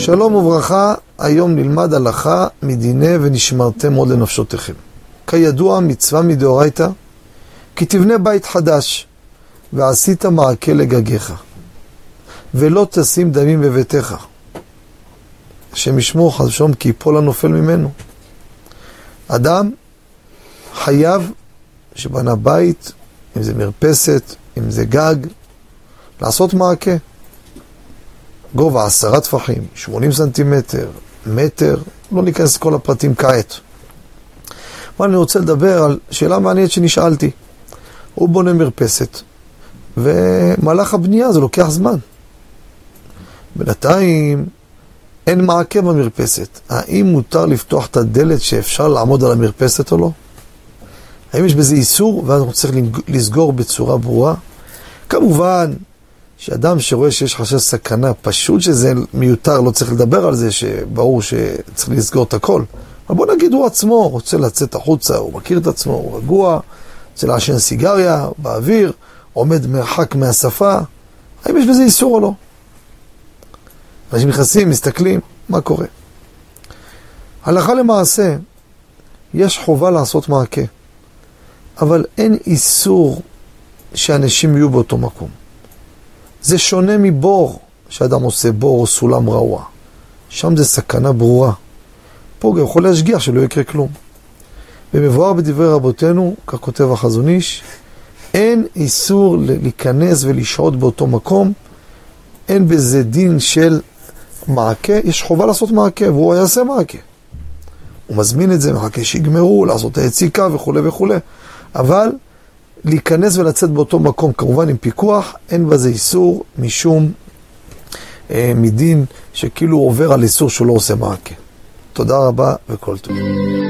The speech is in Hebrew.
שלום וברכה, היום נלמד הלכה מדיני ונשמרתם מאוד לנפשותיכם. כידוע מצווה מדאורייתא, כי תבנה בית חדש, ועשית מעקה לגגיך, ולא תשים דמים בביתך. השם ישמור חס ושלום כי יפול הנופל ממנו. אדם חייב שבנה בית, אם זה מרפסת, אם זה גג, לעשות מעקה. גובה 10 טפחים, 80 סנטימטר, מטר, לא ניכנס לכל הפרטים כעת. אבל אני רוצה לדבר על שאלה מעניינת שנשאלתי. הוא בונה מרפסת, ומהלך הבנייה זה לוקח זמן. בינתיים אין מעקה במרפסת. האם מותר לפתוח את הדלת שאפשר לעמוד על המרפסת או לא? האם יש בזה איסור ואנחנו צריכים לסגור בצורה ברורה? כמובן שאדם שרואה שיש חשש סכנה, פשוט שזה מיותר, לא צריך לדבר על זה, שברור שצריך לסגור את הכל. אבל בוא נגיד הוא עצמו רוצה לצאת החוצה, הוא מכיר את עצמו, הוא רגוע, רוצה לעשן סיגריה באוויר, עומד מרחק מהשפה, האם יש בזה איסור או לא? אנשים נכנסים, מסתכלים, מה קורה? הלכה למעשה, יש חובה לעשות מעקה, אבל אין איסור שאנשים יהיו באותו מקום. זה שונה מבור, שאדם עושה בור או סולם רעוע. שם זה סכנה ברורה. פה גם יכול להשגיח שלא יקרה כלום. ומבואר בדברי רבותינו, כך כותב החזון איש, אין איסור להיכנס ולשהות באותו מקום, אין בזה דין של מעקה, יש חובה לעשות מעקה, והוא יעשה מעקה. הוא מזמין את זה, מחכה שיגמרו, לעשות את היציקה וכו' וכו'. אבל להיכנס ולצאת באותו מקום, כמובן עם פיקוח, אין בזה איסור משום מדין שכאילו עובר על איסור שהוא לא עושה מעקה. תודה רבה וכל טוב.